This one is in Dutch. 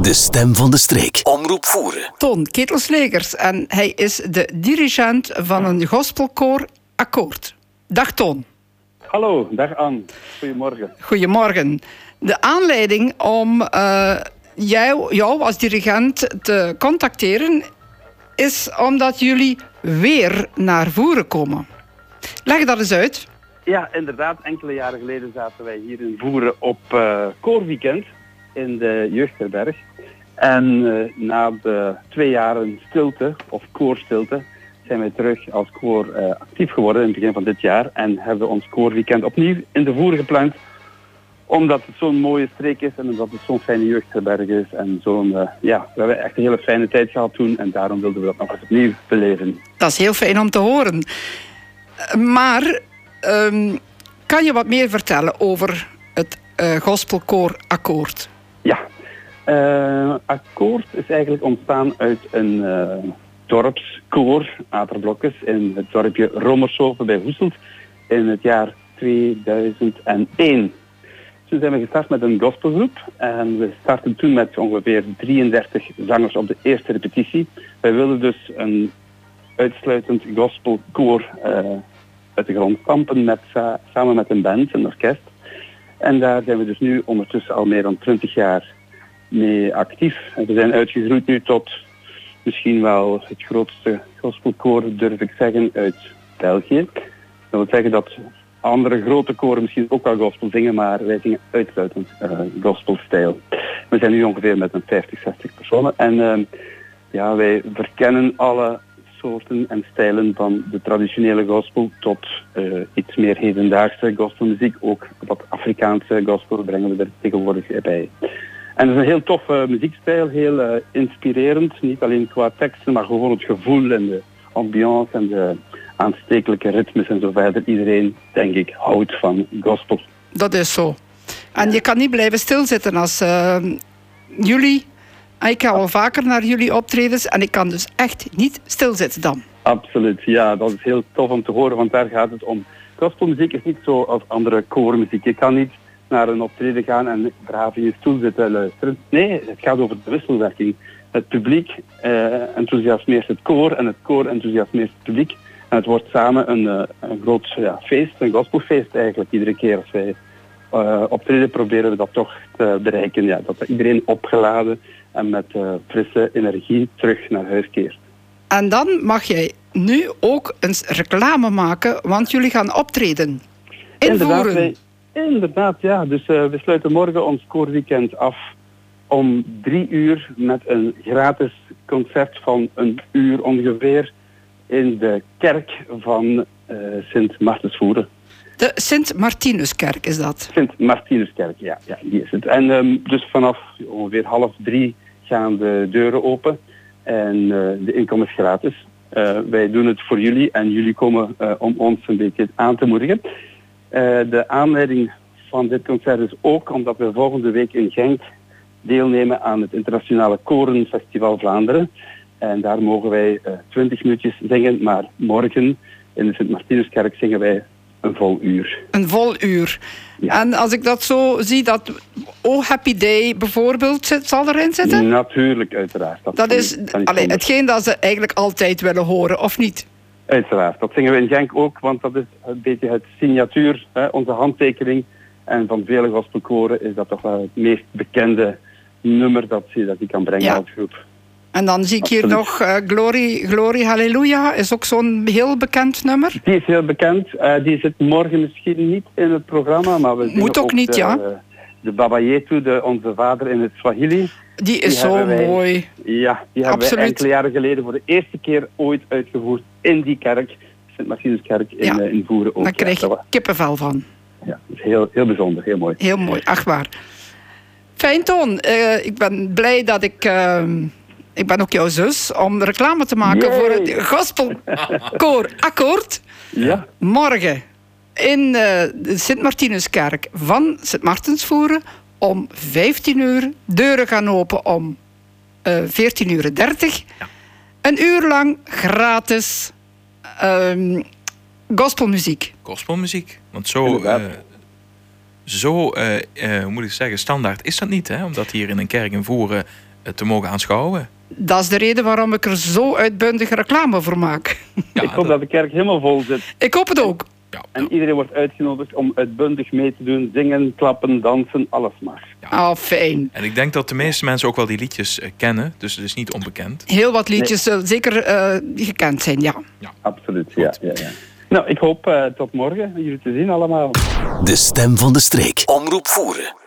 De stem van de streek. Omroep Voeren. Ton Ketelslegers en hij is de dirigent van een gospelkoor Akkoord. Dag Ton. Hallo, dag Anne. Goedemorgen. Goedemorgen. De aanleiding om jou als dirigent te contacteren is omdat jullie weer naar Voeren komen. Leg dat eens uit. Ja, inderdaad. Enkele jaren geleden zaten wij hier in Voeren op koorweekend in de jeugdherberg. En na de 2 jaren stilte, of koorstilte, zijn wij terug als koor actief geworden in het begin van dit jaar. En hebben we ons koorweekend opnieuw in de Voeren gepland. Omdat het zo'n mooie streek is en omdat het zo'n fijne jeugdherberg is. En we hebben echt een hele fijne tijd gehad toen. En daarom wilden we dat nog eens opnieuw beleven. Dat is heel fijn om te horen. Maar kan je wat meer vertellen over het gospelkoor Akkoord? Ja, Akkoord is eigenlijk ontstaan uit een dorpskoor, Aterblokjes, in het dorpje Romershoven bij Hoeselt in het jaar 2001. Toen zijn we gestart met een gospelgroep en we startten toen met ongeveer 33 zangers op de eerste repetitie. Wij wilden dus een uitsluitend gospelkoor uit de grond stampen samen met een band, een orkest. En daar zijn we dus nu ondertussen al meer dan 20 jaar mee actief. En we zijn uitgegroeid nu tot misschien wel het grootste gospelkoor, durf ik zeggen, uit België. Dat wil zeggen dat andere grote koren misschien ook wel gospel zingen, maar wij zingen uitsluitend gospelstijl. We zijn nu ongeveer met een 50, 60 personen. En wij verkennen alle soorten en stijlen van de traditionele gospel tot iets meer hedendaagse gospelmuziek. Ook wat Afrikaanse gospel brengen we er tegenwoordig bij. En het is een heel toffe muziekstijl, heel inspirerend. Niet alleen qua teksten, maar gewoon het gevoel en de ambiance en de aanstekelijke ritmes en zo verder. Iedereen, denk ik, houdt van gospel. Dat is zo. En je kan niet blijven stilzitten als jullie... Ik ga al vaker naar jullie optredens en ik kan dus echt niet stilzitten dan. Absoluut, ja, dat is heel tof om te horen, want daar gaat het om. Gospelmuziek is niet zo als andere koormuziek. Je kan niet naar een optreden gaan en braaf in je stoel zitten en luisteren. Nee, het gaat over de wisselwerking. Het publiek enthousiasmeert het koor en het koor enthousiasmeert het publiek. En het wordt samen een groot feest, een gospelfeest eigenlijk. Iedere keer als wij optreden proberen we dat toch te bereiken. Ja, dat iedereen opgeladen en met frisse energie terug naar huis keert. En dan mag jij nu ook eens reclame maken, want jullie gaan optreden. Inderdaad, ja. Dus we sluiten morgen ons koorweekend af om 3 uur met een gratis concert van 1 uur ongeveer in de kerk van Sint Martensvoeren. De Sint-Martinuskerk is dat? Sint-Martinuskerk, ja, die is het. En dus vanaf ongeveer 2:30 gaan de deuren open en de inkom is gratis. Wij doen het voor jullie en jullie komen om ons een beetje aan te moedigen. De aanleiding van dit concert is ook omdat we volgende week in Genk deelnemen aan het Internationale Korenfestival Vlaanderen. En daar mogen wij 20 minuutjes zingen, maar morgen in de Sint-Martinuskerk zingen wij een vol uur. Een vol uur. Ja. En als ik dat zo zie, dat Oh Happy Day bijvoorbeeld zal erin zitten? Natuurlijk, uiteraard. Dat is hetgeen dat ze eigenlijk altijd willen horen, of niet? Uiteraard. Dat zingen we in Genk ook, want dat is een beetje het signatuur, onze handtekening. En van vele gospelkoren is dat toch wel het meest bekende nummer dat je kan brengen als groep. En dan zie ik hier nog Glory Halleluja, is ook zo'n heel bekend nummer. Die is heel bekend. Die zit morgen misschien niet in het programma, maar we moet ook niet, de Baba Yetu, onze vader in het Swahili. Die is zo mooi. Ja, die hebben wij enkele jaren geleden voor de eerste keer ooit uitgevoerd in die kerk, Sint-Martinuskerk in Voeren. Ook. Daar krijg je kippenvel van. Ja, dat is heel, heel bijzonder, heel mooi. Heel mooi, echt waar. Fijn, Toon. Ik ben blij dat ik ben ook jouw zus, om reclame te maken voor het gospelkoor Akkoord. Ja. Morgen in de Sint-Martinuskerk van Sint-Martensvoeren om 15 uur. Deuren gaan open om 14:30 uur. Ja. 1 uur lang gratis gospelmuziek. Gospelmuziek, want zo hoe moet ik zeggen, standaard is dat niet, hè? Omdat hier in een kerk in Voeren te mogen aanschouwen. Dat is de reden waarom ik er zo uitbundig reclame voor maak. Ik hoop dat de kerk helemaal vol zit. Ik hoop het ook. Ja, En iedereen wordt uitgenodigd om uitbundig mee te doen. Zingen, klappen, dansen, alles maar. Fijn. En ik denk dat de meeste mensen ook wel die liedjes kennen. Dus het is niet onbekend. Heel wat liedjes zeker die gekend zijn, ja. Absoluut, ja. Nou, ik hoop tot morgen jullie te zien allemaal. De stem van de streek. Omroep Voeren.